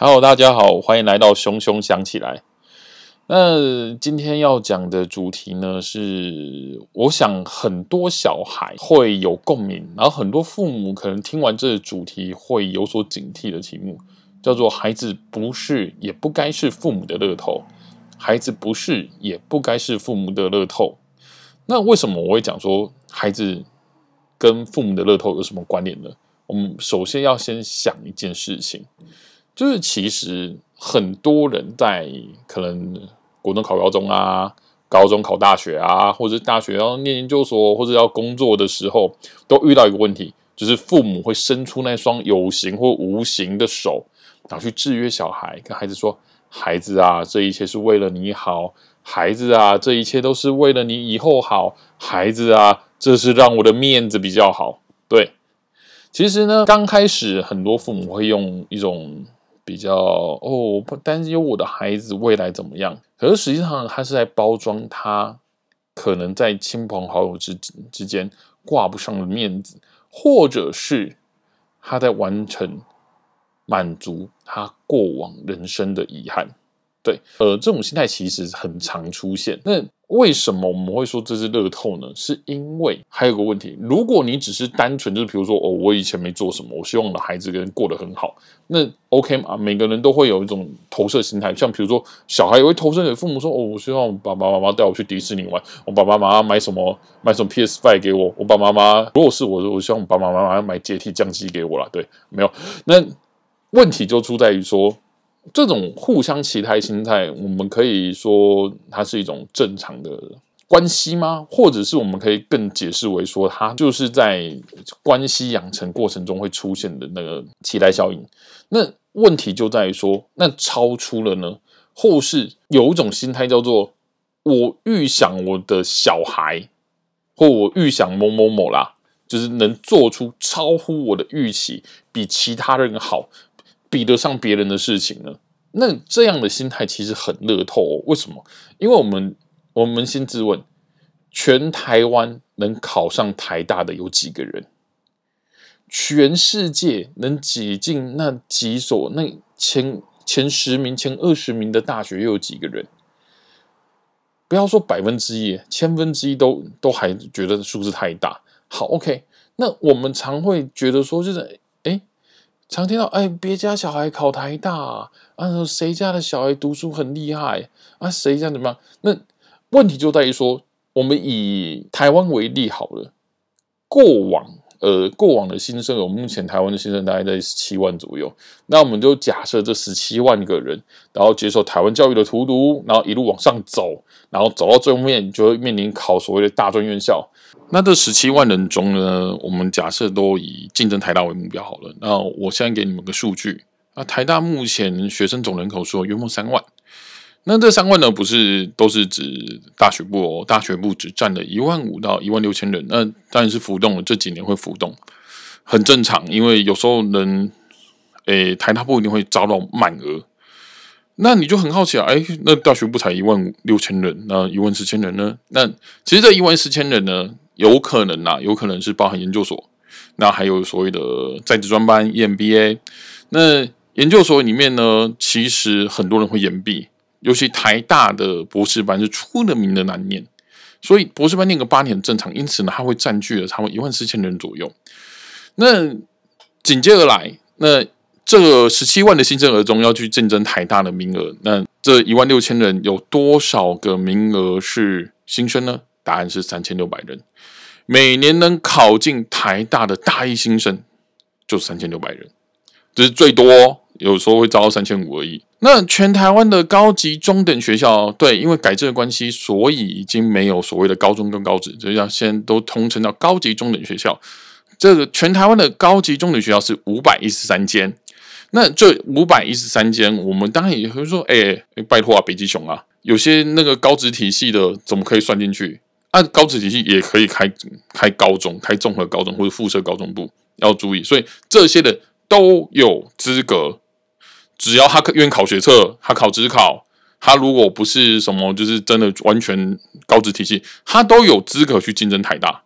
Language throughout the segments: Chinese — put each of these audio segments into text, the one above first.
Hello，大家好，欢迎来到熊熊想起来。那今天要讲的主题呢，是我想很多小孩会有共鸣，然后很多父母可能听完这个主题会有所警惕的题目，叫做孩子不是也不该是父母的乐透，孩子不是也不该是父母的乐透。那为什么我会讲说孩子跟父母的乐透有什么关联呢？我们首先要先想一件事情。就是其实很多人在可能国中考高中啊，高中考大学啊，或者大学要念研究所或者要工作的时候，都遇到一个问题，就是父母会伸出那双有形或无形的手，然后去制约小孩，跟孩子说：“孩子啊，这一切是为了你好；孩子啊，这一切都是为了你以后好；孩子啊，这是让我的面子比较好。”对，其实呢，刚开始很多父母会用一种比较我不担忧我的孩子未来怎么样，可是实际上他是在包装他可能在亲朋好友之间挂不上的面子，或者是他在满足他过往人生的遗憾。对，这种心态其实很常出现。那为什么我们会说这是乐透呢？是因为还有个问题，如果你只是单纯就是比如说我以前没做什么，我希望我的孩子跟过得很好，那 OK 嘛？每个人都会有一种投射心态，像比如说小孩也会投射给父母说，我希望我爸爸妈妈带我去迪士尼玩，我爸爸妈妈买什么 PS5 给我，我爸爸妈妈如果是我希望我爸爸妈妈买阶梯降机给我啦。对，没有。那问题就出在于说，这种互相期待心态，我们可以说它是一种正常的关系吗？或者是我们可以更解释为说，它就是在关系养成过程中会出现的那个期待效应。那问题就在于说，那超出了呢，或是有一种心态叫做我预想我的小孩，或我预想某某某啦，就是能做出超乎我的预期，比其他人好，比得上别人的事情呢？那这样的心态其实很乐透哦。为什么？因为我们先自问，全台湾能考上台大的有几个人？全世界能挤进那几所那前10名、前20名的大学又有几个人？不要说1%，1/1000都还觉得数字太大。好 ，OK， 那我们常会觉得说，就是常听到别家小孩考台大谁家的小孩读书很厉害谁家怎么样？那问题就在于说，我们以台湾为例好了，过往的新生儿，目前台湾的新生大概在17万左右。那我们就假设这17万个人，然后接受台湾教育的荼毒，然后一路往上走，然后走到最后面就会面临考所谓的大专院校。那这17万人中呢，我们假设都以竞争台大为目标好了。那我现在给你们个数据，台大目前学生总人口数约莫3万。那这3万呢，不是都是指大学部哦，大学部只占了15000到16000人，那当然是浮动了，这几年会浮动，很正常，因为有时候台大部一定会招到满额。那你就很好奇那大学部才16000人，那14000人呢？那其实这14000人呢，有可能是包含研究所，那还有所谓的在职专班 EMBA。那研究所里面呢，其实很多人会延毕。尤其台大的博士班是出了名的难念，所以博士班念个8年很正常，因此呢，它会占据了差不多14000人左右。那紧接而来，那这17万的新生儿中要去竞争台大的名额，那这16000人有多少个名额是新生呢？答案是3600人。每年能考进台大的大一新生就3600人，这是最多有时候会招到3500而已。那全台湾的高级中等学校，对，因为改制的关系，所以已经没有所谓的高中跟高职，这要先都通称到高级中等学校。这个全台湾的高级中等学校是513间。那这513间，我们当然也会说，拜托北基雄有些那个高职体系的怎么可以算进去？高职体系也可以开高中，开综合高中或者附设高中部，要注意，所以这些的都有资格。只要他愿意考学测，他考指考，他如果不是什么就是真的完全高职体系，他都有资格去竞争台大。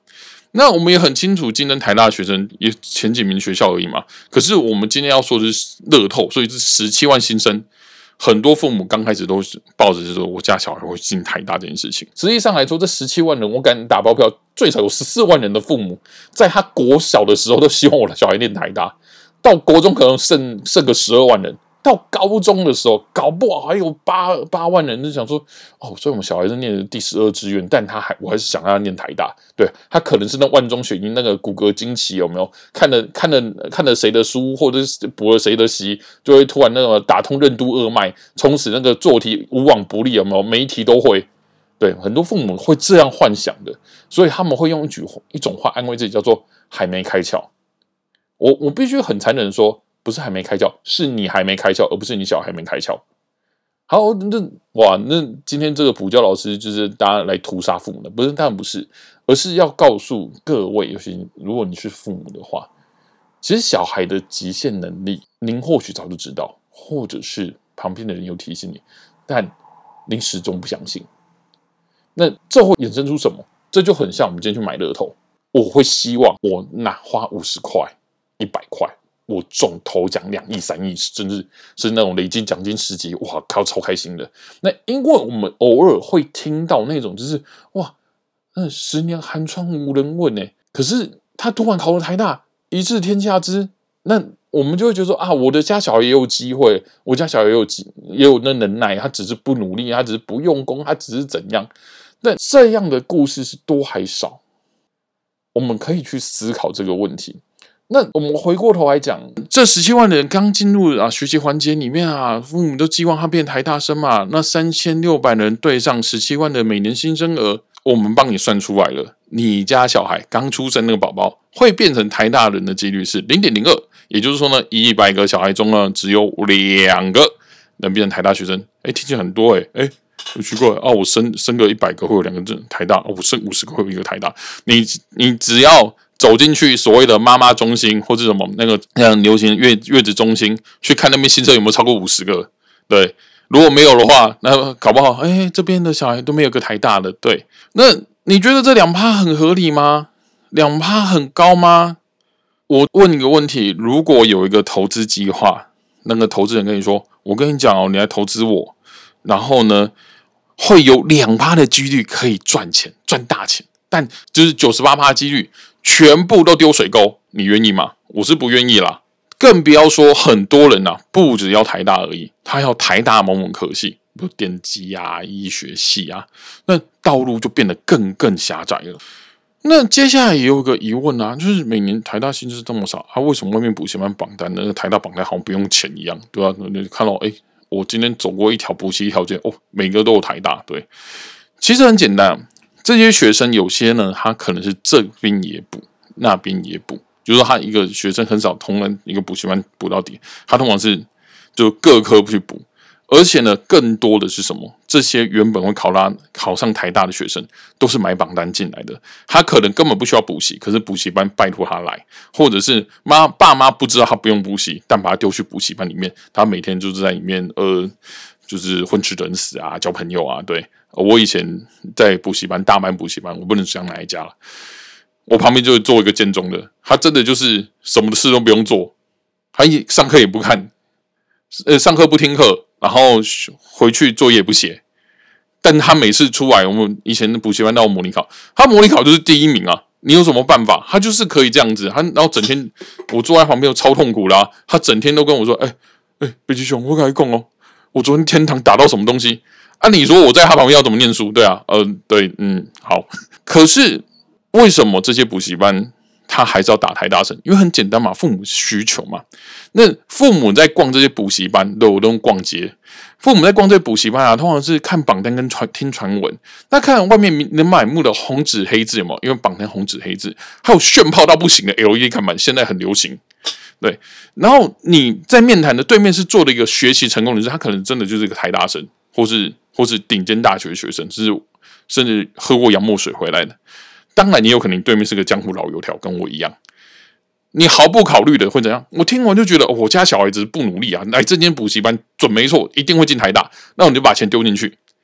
那我们也很清楚，竞争台大的学生也前几名学校而已嘛。可是我们今天要说的是乐透，所以是17万新生。很多父母刚开始都是抱着说我家小孩会进台大这件事情。实际上来说，这17万人，我敢打包票，最少有14万人的父母，在他国小的时候都希望我的小孩念台大，到国中可能剩个12万人。到高中的时候，搞不好还有8万人就想说，所以我们小孩是念的第12志愿，但我还是想让他念台大。对，他可能是那万中选一，那个骨骼惊奇有没有？看了谁的书，或者是补了谁的习，就会突然那个打通任督二脉，从此那个做题无往不利有没有？每一题都会。对，很多父母会这样幻想的，所以他们会用一种话安慰自己，叫做还没开窍。我必须很残忍的说。不是还没开窍，是你还没开窍，而不是你小孩还没开窍。好，那今天这个补教老师就是大家来屠杀父母的，不是？当然不是，而是要告诉各位，尤其如果你是父母的话，其实小孩的极限能力，您或许早就知道，或者是旁边的人有提醒你，但您始终不相信。那这会衍生出什么？这就很像我们今天去买乐透，我会希望我花50块、100块。我中头奖2亿、3亿，甚至是那种累积奖金10几亿，哇靠，超开心的。那因为我们偶尔会听到那种，就是哇，那10年寒窗无人问欸，可是他突然考了台大，一掷天下知，那我们就会觉得说啊，我的家小孩也有机会，我家小孩也有那能耐，他只是不努力，他只是不用功，他只是怎样。但这样的故事是多还少？我们可以去思考这个问题。那我们回过头来讲，这17万人刚进入学习环节里面父母都希望他变台大生嘛。那3600人对上17万的每年新生儿，我们帮你算出来了，你家小孩刚出生那个宝宝会变成台大人的几率是 0.02， 也就是说呢，100个小孩中呢，只有2个能变成台大学生。听起来很多很奇怪我生个100个会有2个台大，我生50个会有1个台大。你只要走进去所谓的妈妈中心或者什么那个流行月子中心去看那边新生有没有超过50个，对，如果没有的话，那搞不好这边的小孩都没有个台大的，对。那你觉得这2%很合理吗？2%很高吗？我问你个问题，如果有一个投资计划，那个投资人跟你说，我跟你讲你来投资我，然后呢会有2%的几率可以赚钱，赚大钱，但就是98%的几率全部都丢水沟，你愿意吗？我是不愿意啦。更不要说很多人不只要台大而已，他要台大某科系，比如电机医学系那道路就变得更狭窄了。那接下来也有一个疑问就是每年台大薪资这么少为什么外面补习班榜单呢？台大榜单好像不用钱一样，对吧？你看到我今天走过一条补习条件每个都有台大，对。其实很简单，这些学生有些呢，他可能是这边也补，那边也补，就是说他一个学生很少同人一个补习班补到底，他通常是就各科去补，而且呢，更多的是什么？这些原本会考上台大的学生，都是买榜单进来的，他可能根本不需要补习，可是补习班拜托他来，或者是爸妈不知道他不用补习，但把他丢去补习班里面，他每天就是在里面就是混吃等死交朋友对。我以前在补习班，大班补习班，我不能讲哪一家了。我旁边就做一个建中的，他真的就是什么事都不用做，他上课也不看，上课不听课，然后回去作业不写。但他每次出来，我们以前的补习班都有模拟考，他模拟考就是第1名你有什么办法？他就是可以这样子，然后整天我坐在旁边超痛苦啦。他整天都跟我说：“北极熊，我跟你讲我昨天天堂打到什么东西。”你说我在他旁边要怎么念书？对对，好。可是为什么这些补习班他还是要打台大生？因为很简单嘛，父母需求嘛。那父母在逛这些补习班，我都逛街。父母在逛这些补习班通常是看榜单跟听传闻。那看外面能满目的红纸黑字有没有？因为榜单红纸黑字，还有炫炮到不行的 LED 看板，现在很流行。对，然后你在面谈的对面是做了一个学习成功人士，他可能真的就是一个台大生，或是顶尖大学学生，甚至喝过洋墨水回来的。当然，你有可能对面是个江湖老油条，跟我一样。你毫不考虑的会怎样？我听完就觉得，我家小孩子不努力来这间补习班准没错，一定会进台大。那你就把钱丢进去。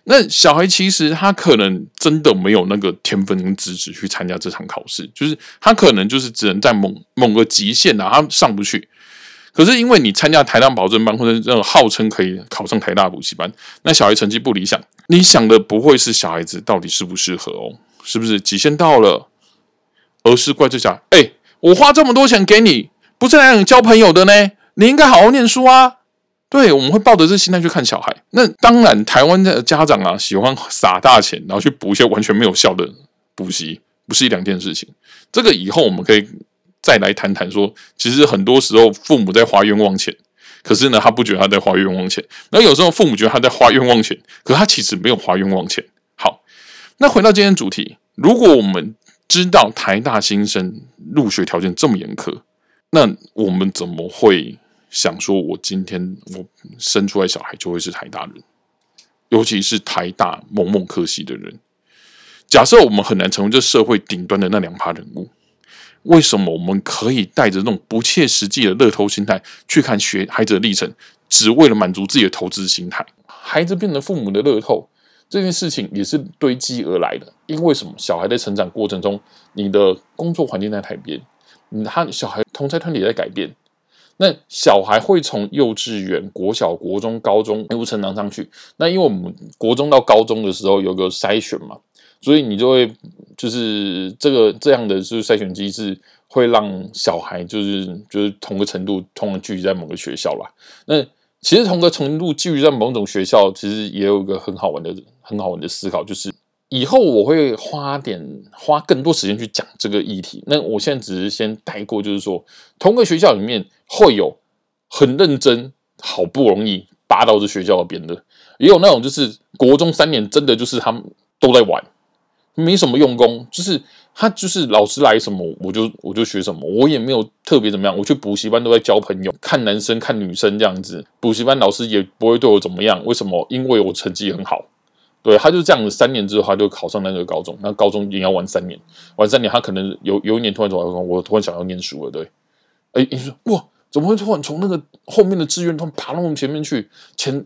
那小孩其实他可能真的没有那个天分跟资质去参加这场考试，就是他可能就是只能在某个极限啊，他上不去。可是因为你参加台大保证班或者这种号称可以考上台大补习班，那小孩成绩不理想，你想的不会是小孩子到底适不适合哦，是不是极限到了，而是怪罪小孩，我花这么多钱给你，不是来让你交朋友的呢，你应该好好念书啊。对，我们会抱着这心态去看小孩。那当然，台湾的家长啊，喜欢撒大钱，然后去补一些完全没有效的补习，不是一两件事情。这个以后我们可以再来谈谈说，其实很多时候父母在花冤枉钱，可是呢，他不觉得他在花冤枉钱。那有时候父母觉得他在花冤枉钱，可是他其实没有花冤枉钱。好，那回到今天主题，如果我们知道台大新生入学条件这么严苛，那我们怎么会想说我今天我生出来小孩就会是台大人，尤其是台大某某科系的人？假设我们很难成为这社会顶端的那2%人物，为什么我们可以带着那种不切实际的乐透心态去看孩子的历程，只为了满足自己的投资心态？孩子变成父母的乐透这件事情也是堆积而来的。因为什么？小孩在成长过程中，你的工作环境在改变，小孩同侪团体在改变，那小孩会从幼稚园、国小、国中、高中一路成长上去。那因为我们国中到高中的时候有个筛选嘛，所以你就会就是这样的就是筛选机制，会让小孩就是同个程度通常聚集在某个学校啦。那其实同个程度聚集在某种学校，其实也有一个很好玩的思考，就是以后我会花更多时间去讲这个议题。那我现在只是先带过，就是说同个学校里面会有很认真，好不容易扒到这学校的边的，也有那种就是国中3年真的就是他们都在玩，没什么用功，就是他就是老师来什么我就学什么，我也没有特别怎么样。我去补习班都在交朋友，看男生看女生这样子，补习班老师也不会对我怎么样。为什么？因为我成绩很好。对，他就这样子3年之后，他就考上那个高中。那高中也要玩3年，玩3年，他可能有一年突然走来说：“我突然想要念书了。”对，你说哇，怎么会突然从那个后面的志愿突然爬到前面去？前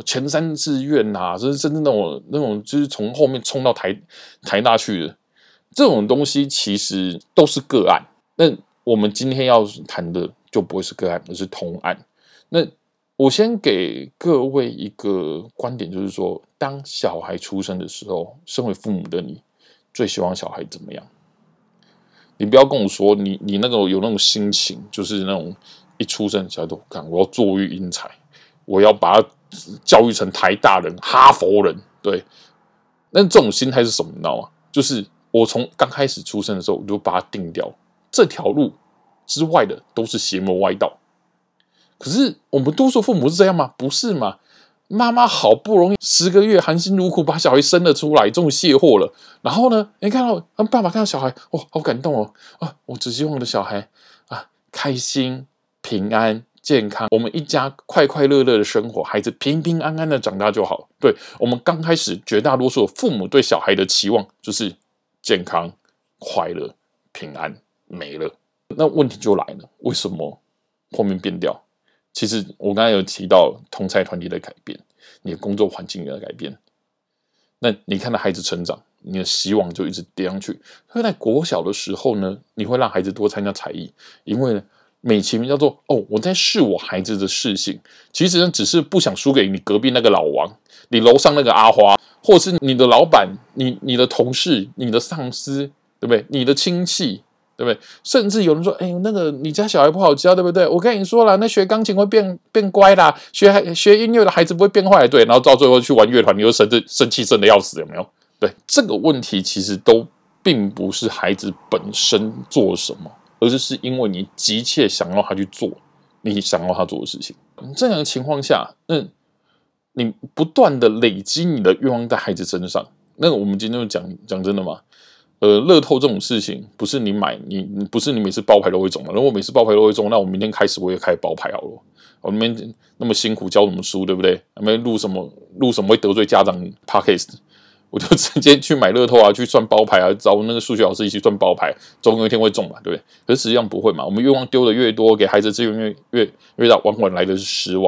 3志愿啊，甚至那种就是从后面冲到台大去的这种东西，其实都是个案。那我们今天要谈的就不会是个案，而是同案。那我先给各位一个观点，就是说，当小孩出生的时候，身为父母的你，最希望小孩怎么样？你不要跟我说你那种有那种心情，就是那种一出生小孩都干，我要坐育英才，我要把他教育成台大人、哈佛人。对，那这种心态是什么？你知道吗？就是我从刚开始出生的时候，我就把它定掉，这条路之外的都是邪魔歪道。可是我们多数父母是这样吗？不是嘛？妈妈好不容易10个月含辛茹苦把小孩生了出来，终于卸货了。然后呢，你看到爸爸看到小孩，哇，好感动哦！啊，我只希望我的小孩啊开心、平安、健康，我们一家快快乐乐的生活，孩子平平安安的长大就好。对，我们刚开始绝大多数的父母对小孩的期望就是健康、快乐、平安，没了。那问题就来了，为什么后面变掉？其实我刚才有提到同侪团体的改变，你的工作环境的改变，那你看到孩子成长，你的希望就一直跌上去。所以在国小的时候呢，你会让孩子多参加才艺，因为呢美其名叫做我在试我孩子的适性，其实呢只是不想输给你隔壁那个老王，你楼上那个阿花，或者是你的老板、你的同事、你的上司，对不对？你的亲戚。对不对？甚至有人说：“那个你家小孩不好教，对不对？我跟你说了，那学钢琴会变乖啦，学音乐的孩子不会变坏，对。然后到最后去玩乐团，你又生气生的要死，有没有？对，这个问题其实都并不是孩子本身做什么，而是因为你急切想要他去做你想要他做的事情。这样的情况下，你不断的累积你的愿望在孩子身上。那我们今天就讲真的嘛。”乐透这种事情，不是你买，不是你每次包牌都会中嘛？如果每次包牌都会中，那我明天开始我也开包牌好了。我们那么辛苦教什么书，对不对？没录什么会得罪家长 podcast， 我就直接去买乐透啊，去算包牌啊，找那个数学老师一起算包牌，总有一天会中嘛，对不对？可是实际上不会嘛。我们愿望丢的越多，给孩子资源越大，往往来的是失望。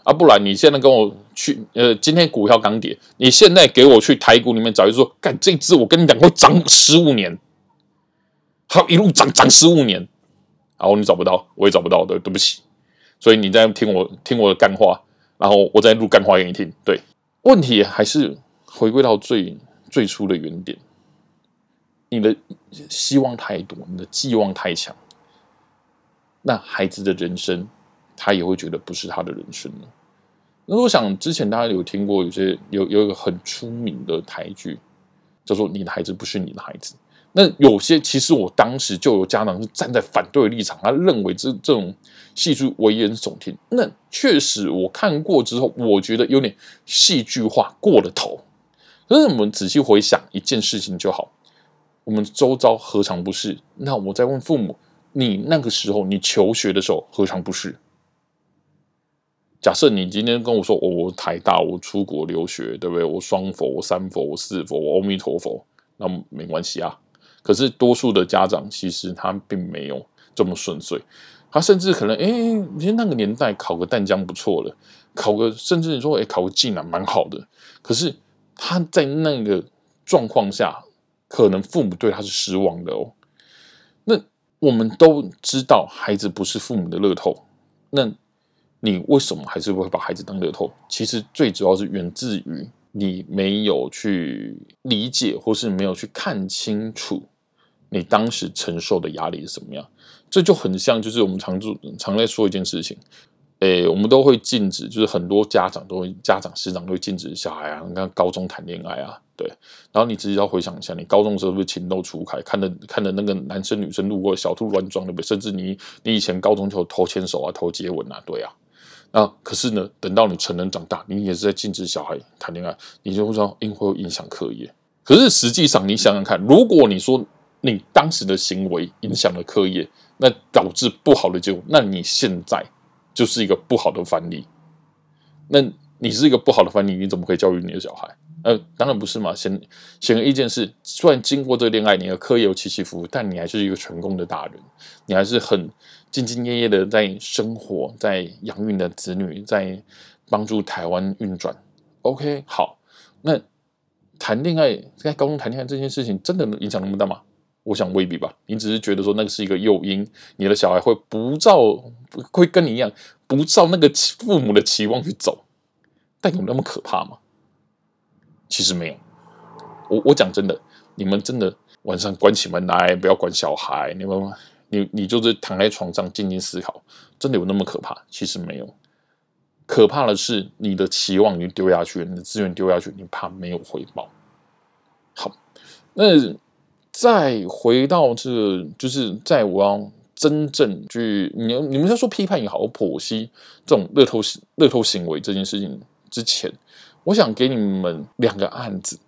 啊，不然你现在跟我去，今天股票刚跌，你现在给我去台股里面找一只说，干这只我跟你讲会涨15年，好一路涨15年，然后你找不到，我也找不到的，对不起。所以你在听我的干话，然后我在录干话给你听。对，问题还是回归到最初的原点，你的希望太多，你的寄望太强，那孩子的人生他也会觉得不是他的人生了。那我想之前大家有听过有一个很出名的台剧，叫做《你的孩子不是你的孩子》。那有些其实我当时就有家长是站在反对的立场，他认为这种戏剧危言耸听。那确实我看过之后，我觉得有点戏剧化过了头。可是我们仔细回想一件事情就好，我们周遭何尝不是？那我再问父母，你那个时候你求学的时候何尝不是？假设你今天跟我说，我台大，我出国留学，对不对？我双佛，我三佛，我四佛，我阿弥陀佛，那没关系啊。可是多数的家长其实他并没有这么顺遂，他甚至可能，其实那个年代考个淡江不错了，甚至说，考个技能蛮好的。可是他在那个状况下，可能父母对他是失望的哦。那我们都知道，孩子不是父母的乐透，那你为什么还是会把孩子当乐透？其实最主要是源自于你没有去理解，或是没有去看清楚你当时承受的压力是什么样。这就很像，就是我们常在说一件事情，我们都会禁止，就是很多家长师长都会禁止小孩啊，你看高中谈恋爱啊，对。然后你自己要回想一下，你高中的时候是不是情窦初开，看的那个男生女生路过小兔乱撞，对不对？甚至你以前高中就偷牵手啊，偷接吻啊，对啊。可是呢，等到你成人长大，你也是在禁止小孩谈恋爱，你就会知道会影响课业。可是实际上，你想想看，如果你说你当时的行为影响了课业，那导致不好的结果，那你现在就是一个不好的范例。那你是一个不好的范例，你怎么可以教育你的小孩？当然不是嘛。显而易见是，虽然经过这个恋爱，你的课业有起起伏伏，但你还是一个成功的大人，你还是很兢兢业业的在生活，在养育你的子女，在帮助台湾运转。OK， 好，那谈恋爱，在高中谈恋爱这件事情，真的影响那么大吗？我想未必吧。你只是觉得说那个是一个诱因，你的小孩会跟你一样，不照那个父母的期望去走，但有那么可怕吗？其实没有。我讲真的，你们真的晚上关起门来，不要管小孩，你就是躺在床上静静思考，真的有那么可怕？其实没有。可怕的是你的期望已经丢下去了，你的资源丢下去，你怕没有回报。好，那再回到就是在我要真正去你们要说批判也好，剖析这种乐透行为这件事情之前，我想给你们2个案子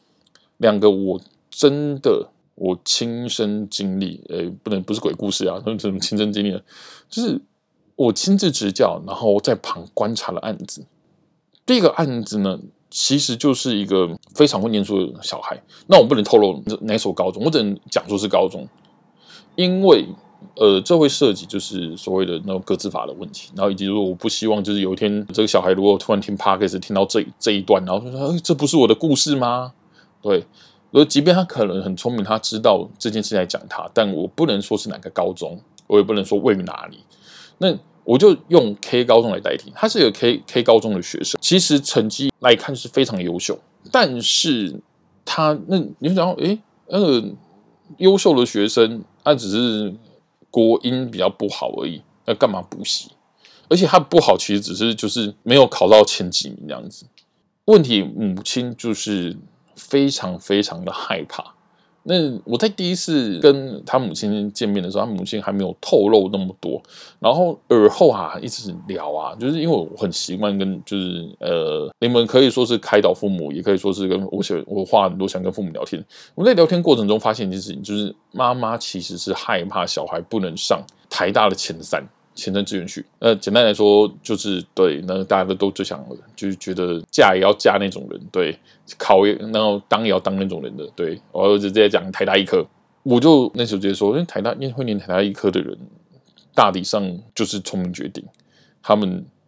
，2个我亲身经历，不是鬼故事啊，什么亲身经历的，就是我亲自执教，然后在旁观察的案子。第一个案子呢，其实就是一个非常会念书的小孩。那我不能透露哪所高中，我只能讲说是高中，因为这会涉及就是所谓的那种个资法的问题，然后以及说我不希望就是有一天这个小孩如果突然听 Podcast 听到这一段，然后说这不是我的故事吗？对。即便他可能很聪明，他知道这件事在讲他，但我不能说是哪个高中，我也不能说位于哪里。那我就用 K 高中来代替，他是一个 K 高中的学生，其实成绩来看是非常优秀，但是你就想，那个优秀的学生，他只是国英比较不好而已，那干嘛补习？而且他不好，其实只是就是没有考到前几名这样子。问题母亲就是非常非常的害怕。那我在第一次跟他母亲见面的时候，他母亲还没有透露那么多，然后耳后一直聊就是因为我很习惯跟你们可以说是开导父母，也可以说是跟我花很多想跟父母聊天。我在聊天过程中发现一件事情，就是妈妈其实是害怕小孩不能上台大的前3志愿序。简单来说就是对，那大家都最想就是觉得嫁也要嫁那种人，对，然后当也要当那种人的，对。我直接讲台大医科，我就那时候直接说，会念台大医科的人，大体上就是聪明绝顶，他们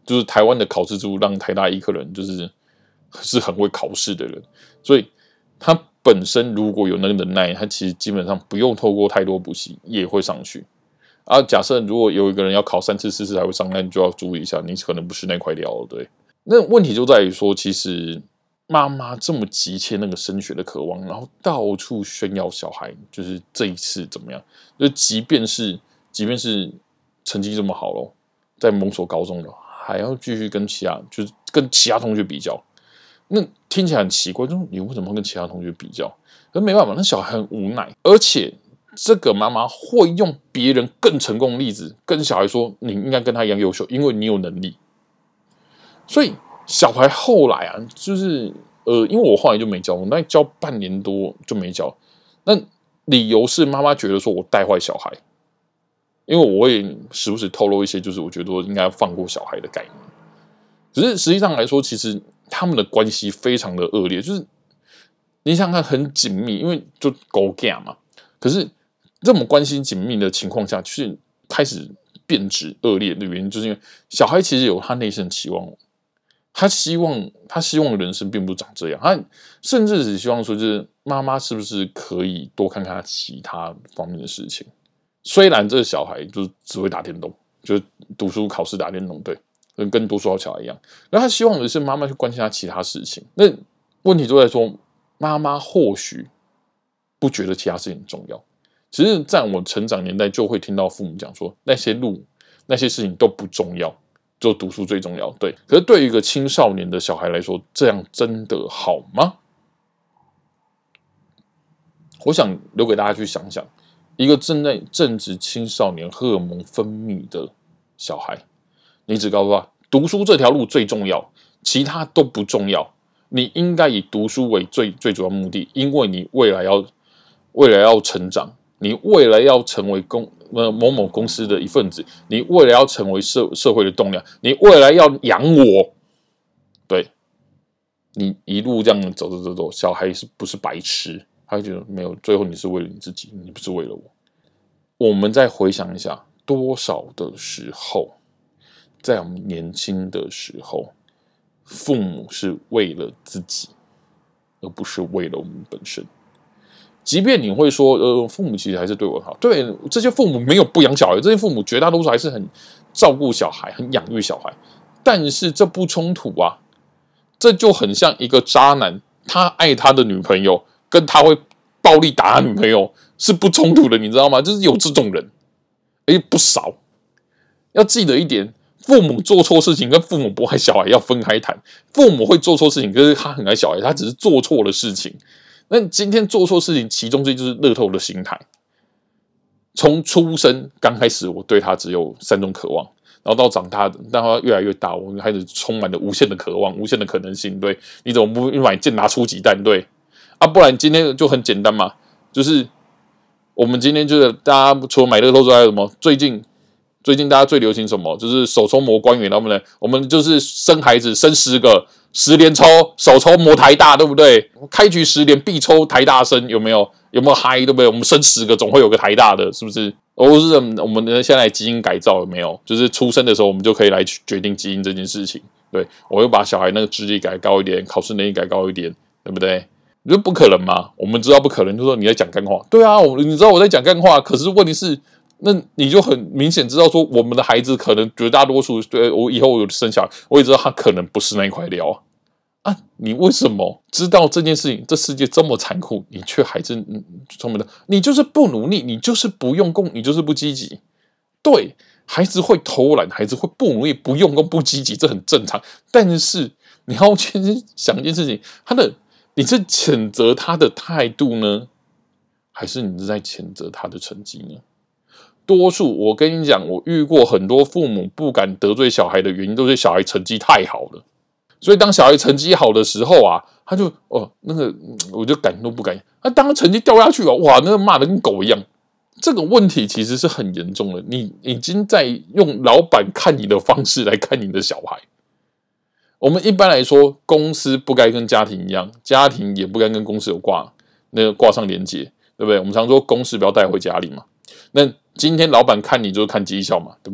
就是台湾的考试制度让台大医科人是很会考试的人，所以他本身如果有那个能耐，他其实基本上不用透过太多补习也会上去。假设如果有一个人要考3次4次才会上，那你就要注意一下，你可能不是那块料了。对，那问题就在于说，其实妈妈这么急切那个升学的渴望，然后到处炫耀小孩，就是这一次怎么样？就即便是成绩这么好咯，在某所高中的，还要继续跟其他同学比较。那听起来很奇怪，就是你为什么会跟其他同学比较？可是没办法，那小孩很无奈，而且这个妈妈会用别人更成功的例子跟小孩说：“你应该跟他一样优秀，因为你有能力。”所以小孩后来啊，就是因为我后来就没教，我大概教半年多就没教。那理由是妈妈觉得说我带坏小孩，因为我会时不时透露一些，就是我觉得应该放过小孩的概念。只是实际上来说，其实他们的关系非常的恶劣，就是你想看很紧密，因为就狗干嘛。可是这种关系紧密的情况下，就是开始变质恶劣的原因，就是因为小孩其实有他内心的期望，他希望的人生并不长这样，他甚至只希望说，就是妈妈是不是可以多看看他其他方面的事情。虽然这个小孩就只会打电动，就是读书考试打电动，对。跟读书好小孩一样，然后他希望的是妈妈去关心他其他事情。那问题就在说，妈妈或许不觉得其他事情重要。其实，在我成长年代，就会听到父母讲说，那些事情都不重要，就读书最重要。对，可是对于一个青少年的小孩来说，这样真的好吗？我想留给大家去想想，一个正在正值青少年荷尔蒙分泌的小孩。你只告诉他，读书这条路最重要，其他都不重要。你应该以读书为最主要目的，因为你未来要成长，你未来要成为某某公司的一份子，你未来要成为社会的栋梁，你未来要养我。对，你一路这样走，小孩不是白痴，他会觉得没有，最后你是为了你自己，你不是为了我。我们再回想一下，多少的时候。在我们年轻的时候，父母是为了自己，而不是为了我们本身。即便你会说，父母其实还是对我好，对，这些父母没有不养小孩，这些父母绝大多数还是很照顾小孩，很养育小孩。但是这不冲突啊，这就很像一个渣男，他爱他的女朋友，跟他会暴力打他女朋友是不冲突的，你知道吗？就是有这种人，不少。要记得一点。父母做错事情跟父母不爱小孩要分开谈。父母会做错事情，可是他很爱小孩，他只是做错了事情。那今天做错事情，其中之一就是乐透的心态。从出生刚开始，我对他只有3种渴望，然后到长大，但他越来越大，我开始充满了无限的渴望，无限的可能性。对，你怎么不买健达出奇蛋？对不然今天就很简单嘛，就是我们今天就是大家除了买乐透之外，还有什么？最近大家最流行什么？就是手抽魔官员，对不对？我们就是生孩子生10个，10连抽，手抽魔台大，对不对？开局10连必抽台大生，有没有嗨？对不对？我们生10个，总会有个台大的，是不是？或是我们现在基因改造有没有？就是出生的时候，我们就可以来决定基因这件事情。对，我会把小孩那个智力改高一点，考试能力改高一点，对不对？你说不可能吗？我们知道不可能，就说你在讲干话。对啊，你知道我在讲干话，可是问题是。那你就很明显知道说，我们的孩子可能绝大多数，对我以后我有生小孩，我也知道他可能不是那一块料啊。你为什么知道这件事情？这世界这么残酷，你却还是你就是不努力，你就是不用功，你就是不积极。对，孩子会偷懒，孩子会不努力、不用功、不积极，这很正常。但是你要先想一件事情，你是谴责他的态度呢，还是你是在谴责他的成绩呢？多数我跟你讲，我遇过很多父母不敢得罪小孩的原因，都是小孩成绩太好了。所以当小孩成绩好的时候啊，他就我就敢怒不敢言。当他成绩掉下去了，哇，那个骂得跟狗一样。这个问题其实是很严重的，你已经在用老板看你的方式来看你的小孩。我们一般来说，公司不该跟家庭一样，家庭也不该跟公司有挂上连结，对不对？我们常说公事不要带回家里嘛。那今天老板看你就是看绩效嘛，对不对？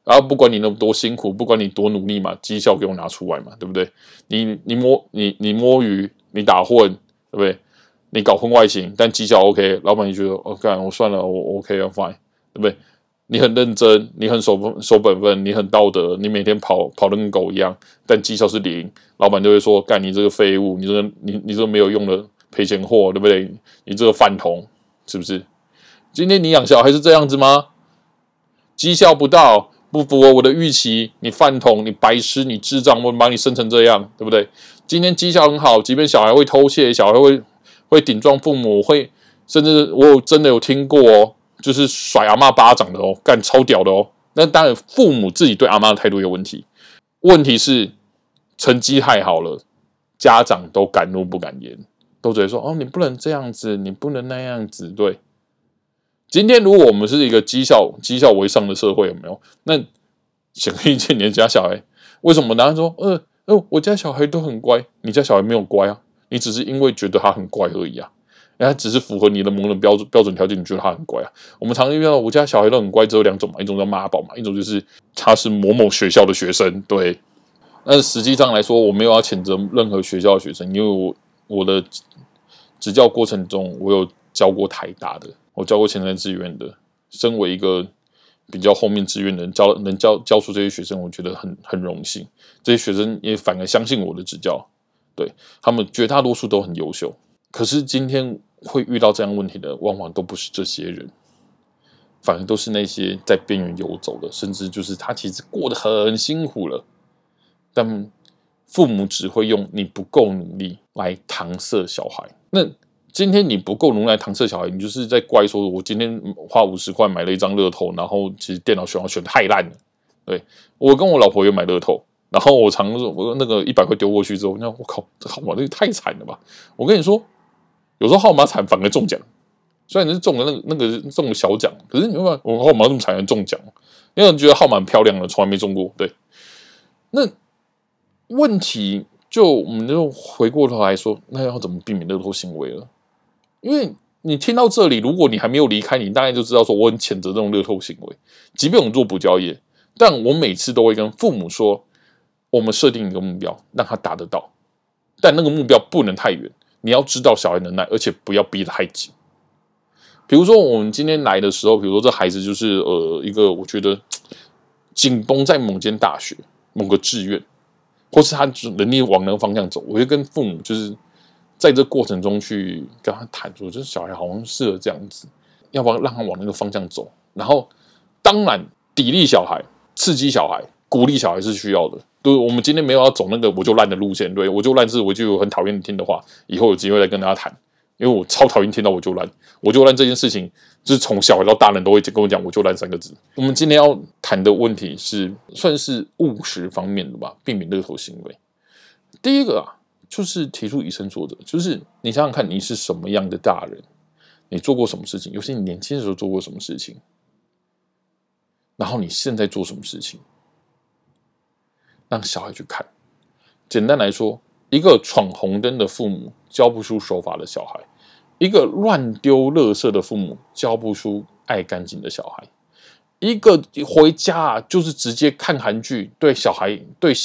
然后不管你那么多辛苦，不管你多努力嘛，绩效给我拿出来嘛，对不对？你摸鱼，你打混，对不对？你搞婚外情，但绩效 OK， 老板就觉得哦，干我算了，我 OK 了 fine， 对不对？你很认真，你很守本分，你很道德，你每天跑得跟狗一样，但绩效是0，老板就会说干你这个废物，你这个没有用的赔钱货，对不对？你这个饭桶，是不是？今天你养小孩是这样子吗？绩效不到，不符合我的预期，你饭桶，你白痴，你智障，我把你生成这样，对不对？今天绩效很好，即便小孩会偷窃，小孩会顶撞父母，甚至我真的有听过哦，就是甩阿嬷巴掌的哦，干超屌的哦。那当然，父母自己对阿嬷的态度有问题。问题是成绩太好了，家长都敢怒不敢言，都只会说哦，你不能这样子，你不能那样子。对，今天如果我们是一个绩效为上的社会，有没有？那显而易见，你家小孩为什么？男人说，我家小孩都很乖，你家小孩没有乖啊，你只是因为觉得他很乖而已啊。他只是符合你的某种标准条件，你觉得他很乖啊？我们常遇到我家小孩都很乖，只有2种嘛，一种叫妈宝嘛，一种就是他是某某学校的学生。对，但实际上来说，我没有要谴责任何学校的学生，因为我的执教过程中，我有教过台大的，我教过前三志愿的。身为一个比较后面志愿的人，能教出这些学生，我觉得很荣幸。这些学生也反而相信我的指教，对，他们绝大多数都很优秀。可是今天会遇到这样问题的，往往都不是这些人，反而都是那些在边缘游走的，甚至就是他其实过得很辛苦了，但父母只会用你不够努力来搪塞小孩。那今天你不够努力来搪塞小孩，你就是在怪说，我今天花50块买了一张乐透，然后其实电脑选太烂了。对，我跟我老婆也买乐透，然后我那个100块丢过去之后，我靠，这号码这个太惨了吧！我跟你说，有时候号码惨反而中奖，虽然你是中了那个中了小奖，可是你会发现我号码这么惨还中奖，因为人觉得号码很漂亮了，从来没中过。对，那问题我们就回过头来说，那要怎么避免乐透行为了？因为你听到这里，如果你还没有离开，你大概就知道说我很谴责这种乐透行为。即便我们做补教业，但我每次都会跟父母说，我们设定一个目标，让他达得到，但那个目标不能太远。你要知道小孩能耐，而且不要逼得太紧。比如说我们今天来的时候，比如说这孩子就是一个我觉得紧绷在某间大学某个志愿，或是他能力往那个方向走，我会跟父母就是在这过程中去跟他谈说，就是小孩好像适合这样子，要不要让他往那个方向走？然后当然砥砺小孩、刺激小孩、鼓励小孩是需要的。对，我们今天没有要走那个我就烂的路线，对，我就烂是我就有很讨厌听的话，以后有机会再跟大家谈，因为我超讨厌听到我就烂这件事情，就是从小孩到大人都会跟我讲我就烂3个字。我们今天要谈的问题是算是务实方面的吧，避免乐透行为。第一个啊，就是提出以身作则，就是你想想看，你是什么样的大人，你做过什么事情，尤其你年轻的时候做过什么事情，然后你现在做什么事情。让小孩去看。简单来说，一个闯红灯的父母教不出守法的小孩，一个乱丢垃圾的父母教不出爱干净的小孩，一个回家就是直接看韩剧，对小孩、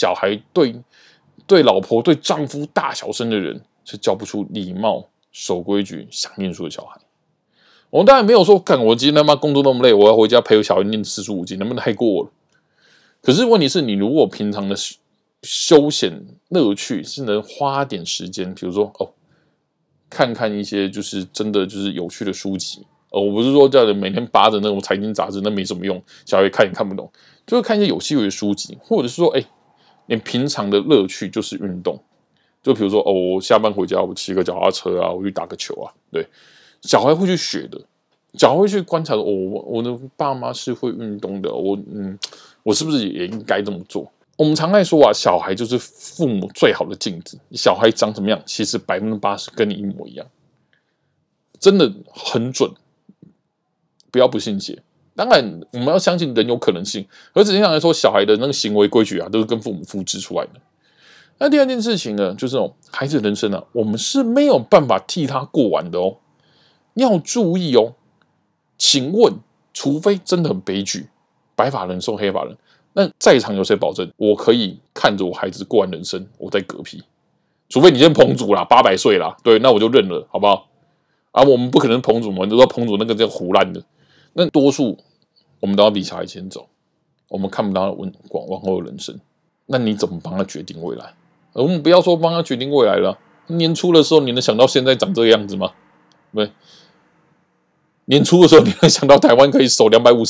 对老婆、对丈夫大小声的人，是教不出礼貌、守规矩、想念书的小孩。我们当然没有说，干我今天他妈工作那么累，我要回家陪我小孩念45集，能不能太过了？可是问题是你如果平常的休闲乐趣是能花点时间，比如说看看一些就是真的就是有趣的书籍，我不是说叫人每天扒着那种财经杂志，那没什么用，小孩看也看不懂，就是看一些有趣的书籍，或者是说你平常的乐趣就是运动，就比如说我下班回家我骑个脚踏车啊，我去打个球啊，对，小孩会去学的，小孩会去观察的，我的爸妈是会运动的，我是不是也应该这么做？我们常爱说啊，小孩就是父母最好的镜子。小孩长什么样，其实80%跟你一模一样，真的很准。不要不信邪。当然，我们要相信人有可能性。而实际上来说，小孩的那个行为规矩啊，都是跟父母复制出来的。那第二件事情呢，就是孩子的人生啊，我们是没有办法替他过完的哦。要注意哦。请问，除非真的很悲剧。白发人送黑发人， 那在场有谁保证我可以看着我孩子过完人生，我再嗝屁？除非你今天彭祖啦，800岁啦，对，那我就认了，好不好？啊，我们不可能彭祖嘛，你都知道彭祖那个叫胡乱的。那多数我们都要比小孩前走，我们看不到往后的人生。那你怎么帮他决定未来？我们不要说帮他决定未来了。年初的时候，你能想到现在长这个样子吗？对不对？年初的时候，你能想到台湾可以守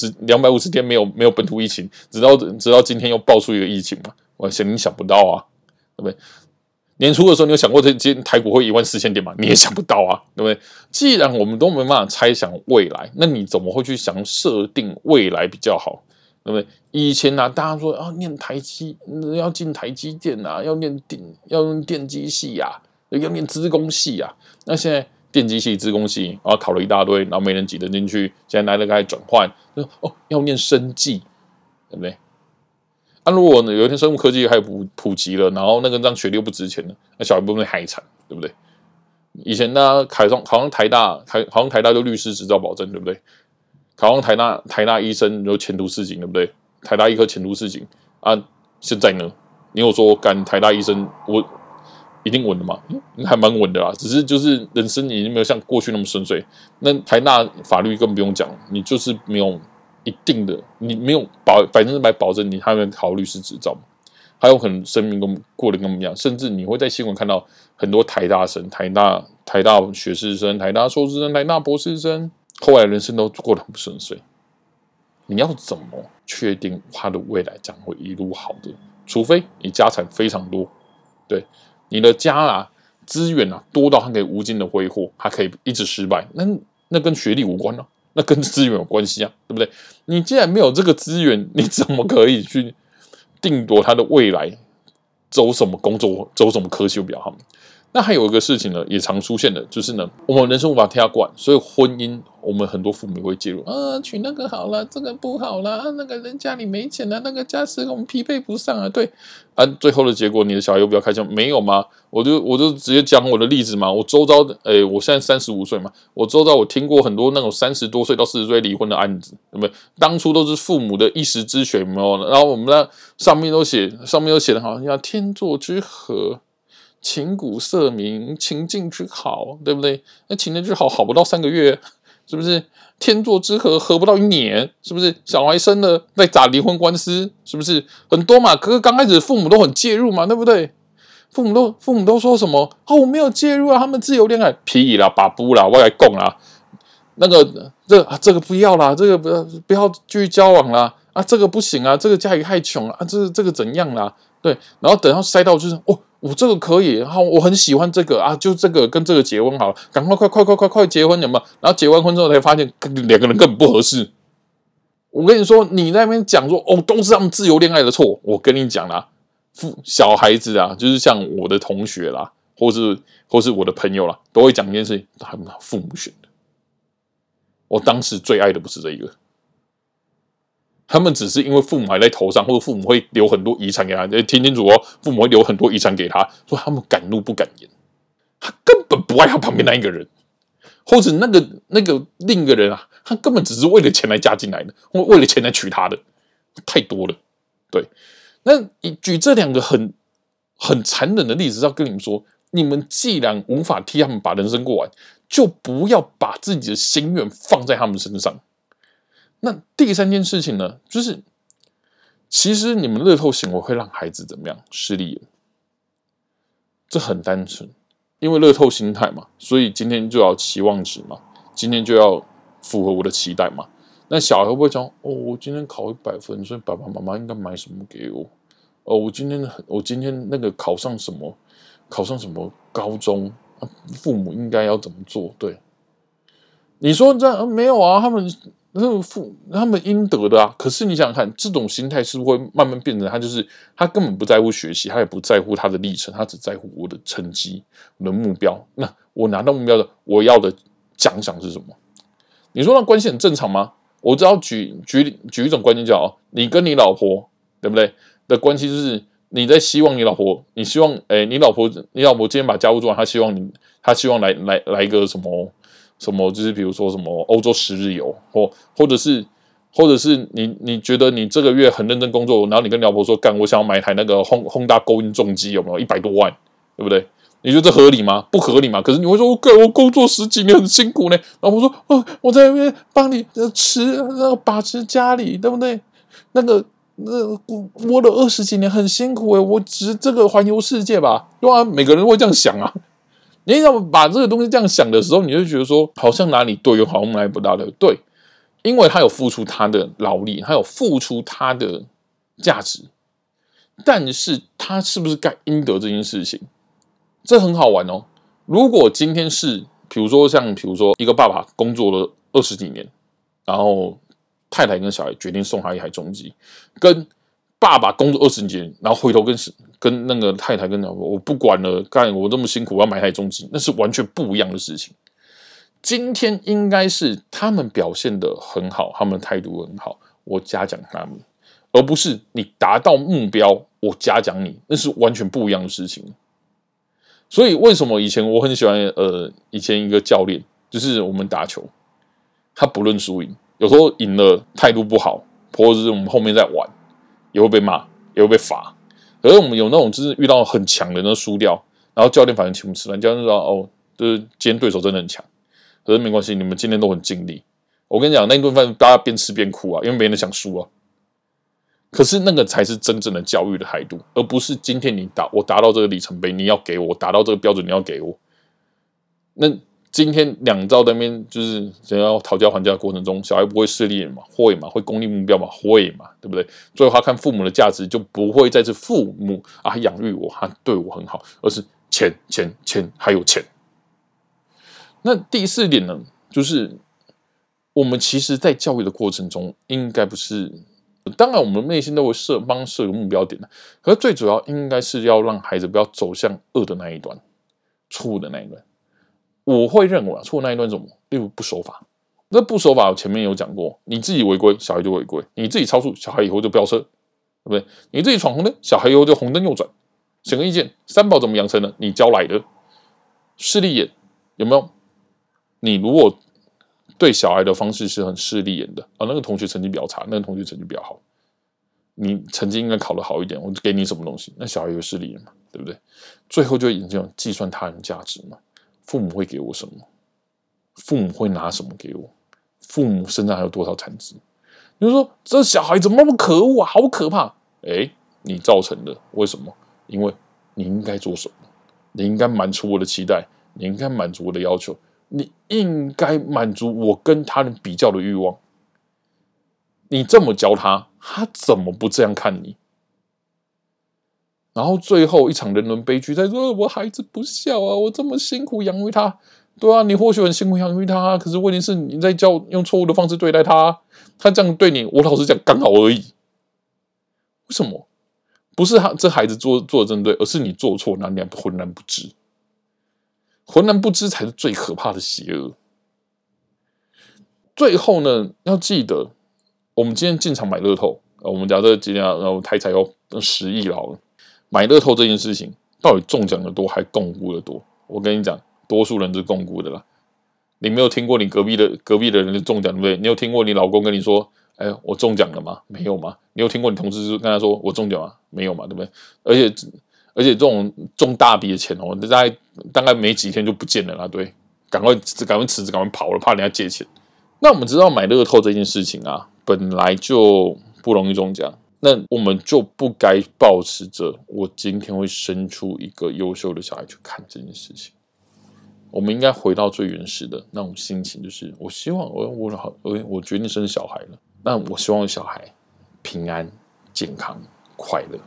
250天没有本土疫情，直到今天又爆出一个疫情吗？我想你想不到啊，对不对？年初的时候，你有想过今天台股会14000点吗？你也想不到啊，对不对？既然我们都没办法猜想未来，那你怎么会去想设定未来比较好？对不对？以前啊，大家说啊，念要进台积电啊，要念电机系啊，要念资工系啊。那现在电机系、资工系，然后考了一大堆，然后没人挤得进去，现在来了开始转换，要念生技，对不对？啊，如果有一天生物科技还普及了，然后那个让学历又不值钱了，那小孩会不会海产，对不对？以前呢，考上台大就律师执照保证，对不对？考上台大医生有前途似锦，对不对？台大医科前途似锦啊，现在呢，你有说干台大医生我一定稳的吗？还蛮稳的啦，只是就是人生已经没有像过去那么顺遂。那台大法律更不用讲，你就是没有一定的，你没有100%保证你还没有考律师执照，还有可能生命过得跟我们一样，甚至你会在新闻看到很多台大生、台大学士生、台大硕士生、台大博士生，后来人生都过得很不顺遂。你要怎么确定他的未来将会一路好的？除非你家产非常多，对你的家啊资源啊多到他可以无尽的挥霍，他可以一直失败，那跟学历无关啊，那跟资源有关系啊，对不对？你既然没有这个资源，你怎么可以去定夺他的未来走什么工作、走什么科系比较好？那还有一个事情呢，也常出现的，就是呢，我们人生无法替他管，所以婚姻我们很多父母也会介入啊，娶那个好了，这个不好了，那个人家里没钱了，那个家世我们匹配不上啊，对啊，最后的结果，你的小孩又不要开枪，没有吗？我就直接讲我的例子嘛，我周遭的，我现在35岁嘛，我周遭我听过很多那种30多岁到40岁离婚的案子，对不对？当初都是父母的一时之选，有没有？然后我们那上面都写的好像天作之合。琴鼓瑟鸣，情境之好，对不对？那情境之好，好不到3个月，是不是？天作之合，合不到1年，是不是？小孩生了，再打离婚官司，是不是？很多嘛。可是刚开始父母都很介入嘛，对不对？父母都说什么？我没有介入啊，他们自由恋爱，屁啦，把布啦，我来供啦。那个这个不要啦，这个不要继续交往啦。啊，这个不行啊，这个家里太穷了啊，这个怎样啦？对，然后等到塞到就是我这个可以，然后我很喜欢这个啊，就这个跟这个结婚好了，赶快结婚，有没有？然后结完婚之后才发现2个人根本不合适。我跟你说，你在那边讲说都是他们自由恋爱的错，我跟你讲啦，小孩子啊，就是像我的同学啦，或是我的朋友啦，都会讲一件事情，他们父母选的。我当时最爱的不是这一个。他们只是因为父母还在头上，或者父母会留很多遗产给他，听清楚哦，父母会留很多遗产给他，所以他们敢怒不敢言。他根本不爱他旁边那一个人，或者那个另一个人啊，他根本只是为了钱来嫁进来的，或为了钱来娶她的，太多了。对，那举这2个很残忍的例子，要跟你们说，你们既然无法替他们把人生过完，就不要把自己的心愿放在他们身上。那第3件事情呢，就是其实你们乐透行为会让孩子怎么样失利了，这很单纯，因为乐透心态嘛，所以今天就要期望值嘛，今天就要符合我的期待嘛。那小孩会不会讲我今天考100分，所以爸爸妈妈应该买什么给我？我今天那个考上什么高中，父母应该要怎么做？对，你说这样没有啊？他们应得的啊，可是你想想看，这种心态是不是会慢慢变成他根本不在乎学习，他也不在乎他的历程，他只在乎我的成绩、我的目标。那我拿到目标的，我要的奖赏是什么？你说那关系很正常吗？我只要举一种关键叫你跟你老婆对不对的关系，就是你在希望你老婆，你希望你老婆今天把家务做完，他希望来一个什么，就是比如说什么欧洲10日游，或者是或者是你觉得你这个月很认真工作，然后你跟老婆说干，我想要买一台那个Honda 勾印重机，有没有100多万，对不对？你觉得这合理吗？不合理嘛。可是你会说，干我工作10几年很辛苦呢。老婆说，我在那边帮你把持家里，对不对？窝了20几年很辛苦我值这个环游世界吧？对啊，每个人会这样想啊。你要把这个东西这样想的时候，你就觉得说，好像哪里对，又好像哪里不大对。因为他有付出他的劳力，他有付出他的价值，但是他是不是该应得这件事情，这很好玩哦。如果今天是，比如说一个爸爸工作了20几年，然后太太跟小孩决定送他一台重机，跟爸爸工作20几年，然后回头跟那个太太跟老婆，我不管了，干我这么辛苦，我要买台重机，那是完全不一样的事情。今天应该是他们表现得很好，他们的态度很好，我嘉奖他们，而不是你达到目标我嘉奖你，那是完全不一样的事情。所以为什么以前我很喜欢以前一个教练，就是我们打球，他不论输赢，有时候赢了态度不好，或者是我们后面在玩，也会被骂，也会被罚。可是我们有那种就是遇到很强的，那输掉，然后教练反正请不吃饭，教练说就是今天对手真的很强。可是没关系，你们今天都很尽力。我跟你讲，那一顿饭大家边吃边哭啊，因为没人想输啊。可是那个才是真正的教育的态度，而不是今天我达到这个里程碑，你要给我达到这个标准，你要给我。那今天两造那边就是想要讨价还价的过程中，小孩不会势利眼嘛？会嘛？会功利目标嘛？会嘛？对不对？最后他看父母的价值，就不会再是父母养育我，他对我很好，而是钱还有钱。那第4点呢，就是我们其实在教育的过程中，应该不是，当然我们内心都会帮设个目标点的，可是最主要应该是要让孩子不要走向恶的那一端，错误的那一端。我会认为错误那一端是什么？例如不守法。那不守法，我前面有讲过，你自己违规，小孩就违规；你自己超速，小孩以后就飙车，对不对？你自己闯红灯，小孩以后就红灯右转。显而易见，3宝怎么养成的？你教来的。势利眼有没有？你如果对小孩的方式是很势利眼的那个同学成绩比较差，那个同学成绩比较好，你成绩应该考得好一点，我给你什么东西，那小孩有势利眼嘛，对不对？最后就会引这种计算他人价值嘛，父母会给我什么？父母会拿什么给我？父母身上还有多少产值？你就说这小孩怎么那么可恶啊，好可怕！你造成的，为什么？因为你应该做什么？你应该满足我的期待，你应该满足我的要求，你应该满足我跟他人比较的欲望。你这么教他，他怎么不这样看你？然后最后一场人伦悲剧，在说我孩子不孝啊，我这么辛苦养育他，对啊，你或许很辛苦养育他，可是问题是你在用错误的方式对待他，他这样对你，我老实讲刚好而已。为什么？不是这孩子做的真对，而是你做错，那你还浑然不知。浑然不知才是最可怕的邪恶。最后呢，要记得，我们今天进场买乐透，我们假设今天然后台彩要10亿了好了，买乐透这件事情，到底中奖的多还共估的多？我跟你讲，多数人是共估的啦。你没有听过你隔壁的人中奖，对不对？你有听过你老公跟你说，我中奖了吗？没有吗？你有听过你同事跟他说我中奖吗？没有嘛，对不对？而且这种中大笔的钱大概没几天就不见了啦，对，赶快辞职，赶快跑了，怕人家借钱。那我们知道买乐透这件事情本来就不容易中奖，那我们就不该抱持着我今天会生出一个优秀的小孩去看这件事情。我们应该回到最原始的那种心情，就是我希望我决定生小孩了，那我希望小孩平安、健康、快乐。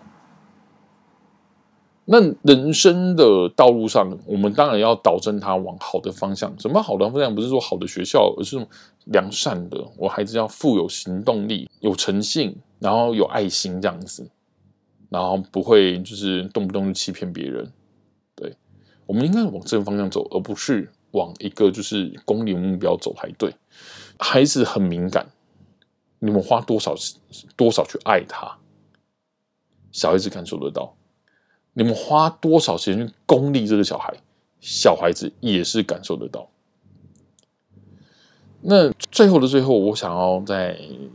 那人生的道路上，我们当然要导正他往好的方向。什么好的方向？不是说好的学校，而是良善的。我孩子要富有行动力、有诚信，然后有爱心这样子，然后不会就是动不动就欺骗别人。对，我们应该往这个方向走，而不是往一个就是功利目标走才对。孩子很敏感，你们花多少去爱他，小孩子感受得到。你们花多少时间去功利这个小孩，小孩子也是感受得到。那最后的最后，我想要再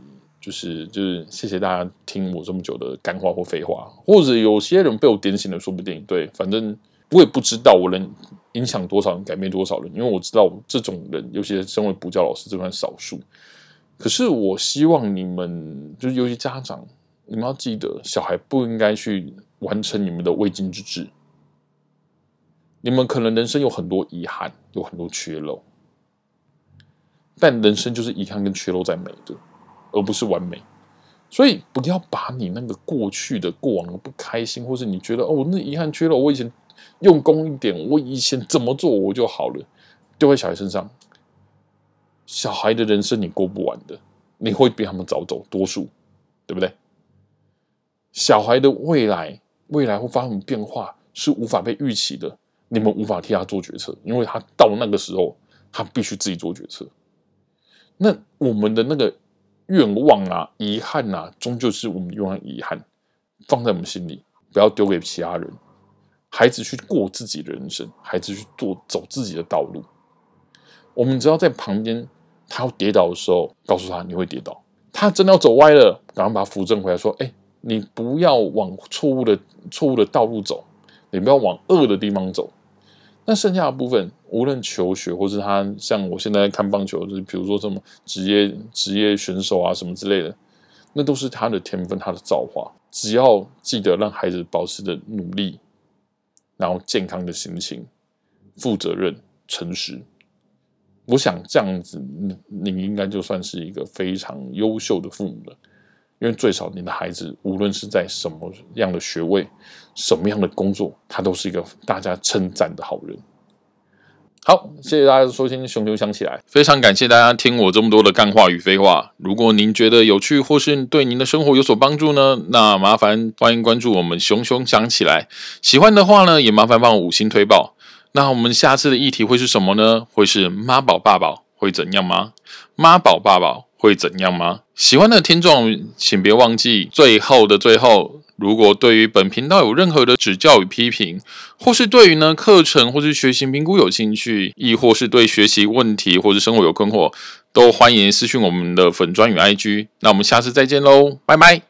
就是谢谢大家听我这么久的干话或废话，或者有些人被我点醒了，说不定对，反正我也不知道我能影响多少人，改变多少人，因为我知道这种人，尤其是身为补教老师，这算少数。可是我希望你们，就是尤其家长，你们要记得，小孩不应该去完成你们的未尽之志。你们可能人生有很多遗憾，有很多缺漏，但人生就是遗憾跟缺漏在美的，而不是完美。所以不要把你那个过去的过往的不开心，或是你觉得那遗憾缺漏，我以前用功一点，我以前怎么做我就好了，丢在小孩身上。小孩的人生你过不完的，你会比他们早走，多数，对不对？小孩的未来会发生变化，是无法被预期的。你们无法替他做决策，因为他到那个时候，他必须自己做决策。那我们的那个愿望啊、遗憾啊，终究是我们愿望遗憾，放在我们心里，不要丢给其他人。孩子去过自己的人生，孩子去走自己的道路。我们只要在旁边，他要跌倒的时候，告诉他你会跌倒。他真的要走歪了，赶快把他扶正回来，说：“你不要往错误的道路走，你不要往恶的地方走。”那剩下的部分，无论求学，或是他像我现在看棒球，就是比如说什么职业选手啊什么之类的，那都是他的天分，他的造化。只要记得让孩子保持着努力，然后健康的心情，负责任、诚实，我想这样子，你应该就算是一个非常优秀的父母了。因为最少你的孩子，无论是在什么样的学位、什么样的工作，他都是一个大家称赞的好人。好，谢谢大家的收听，熊熊想起来，非常感谢大家听我这么多的干话与废话。如果您觉得有趣，或是对您的生活有所帮助呢，那麻烦欢迎关注我们熊熊想起来。喜欢的话呢，也麻烦帮我5星推爆。那我们下次的议题会是什么呢？会是妈宝爸宝会怎样吗？妈宝爸宝会怎样吗？喜欢的听众请别忘记最后的最后，如果对于本频道有任何的指教与批评，或是对于课程或是学习评估有兴趣，亦或是对学习问题或是生活有困惑，都欢迎私讯我们的粉专与 IG。那我们下次再见喽，拜拜。